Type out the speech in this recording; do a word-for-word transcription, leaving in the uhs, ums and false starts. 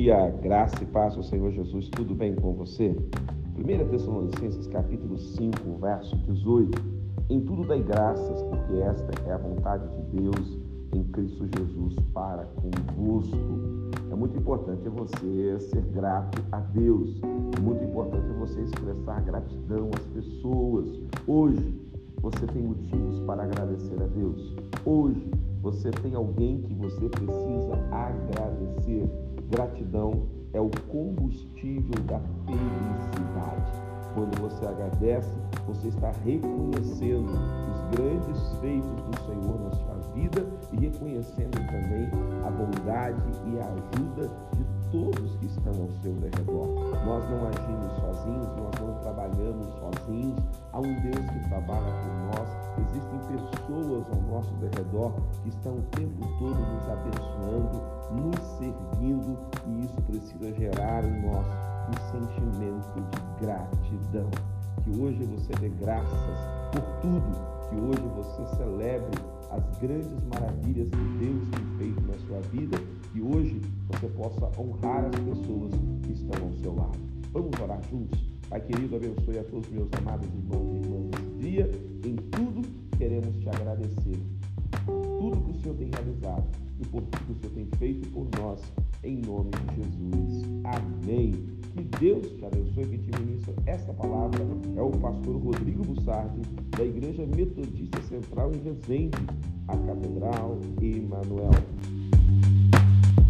dia, graça e paz do Senhor Jesus, tudo bem com você? primeira Tessalonicenses capítulo cinco, verso dezoito. Em tudo dai graças, porque esta é a vontade de Deus em Cristo Jesus para convosco. É muito importante você ser grato a Deus. É muito importante você expressar gratidão às pessoas. Hoje, você tem motivos para agradecer a Deus. Hoje, você tem alguém que você precisa agradecer. Gratidão é o combustível da felicidade. Quando você agradece, você está reconhecendo os grandes feitos do Senhor na sua vida e reconhecendo também a bondade e a ajuda de todos que estão ao seu redor. Nós não agimos sozinhos, nós não trabalhamos sozinhos. Há um Deus que trabalha por nós. Existem pessoas ao nosso redor que estão o tempo todo nos abençoando, nos servindo, e isso precisa gerar em nós um sentimento de gratidão. Que hoje você dê graças por tudo, que hoje você celebre as grandes maravilhas que Deus tem feito na sua vida, e hoje você possa honrar as pessoas que estão ao seu lado. Vamos orar juntos? Pai querido, abençoe a todos meus amados irmãos e irmãs nesse dia. Em tudo queremos te agradecer. Tudo que o Senhor tem realizado e por tudo que o Senhor tem feito por nós, em nome de Jesus. Amém. Que Deus te abençoe, que te ministra esta palavra. É o pastor Rodrigo Bussardi, da Igreja Metodista Central em Resende, a Catedral Emanuel.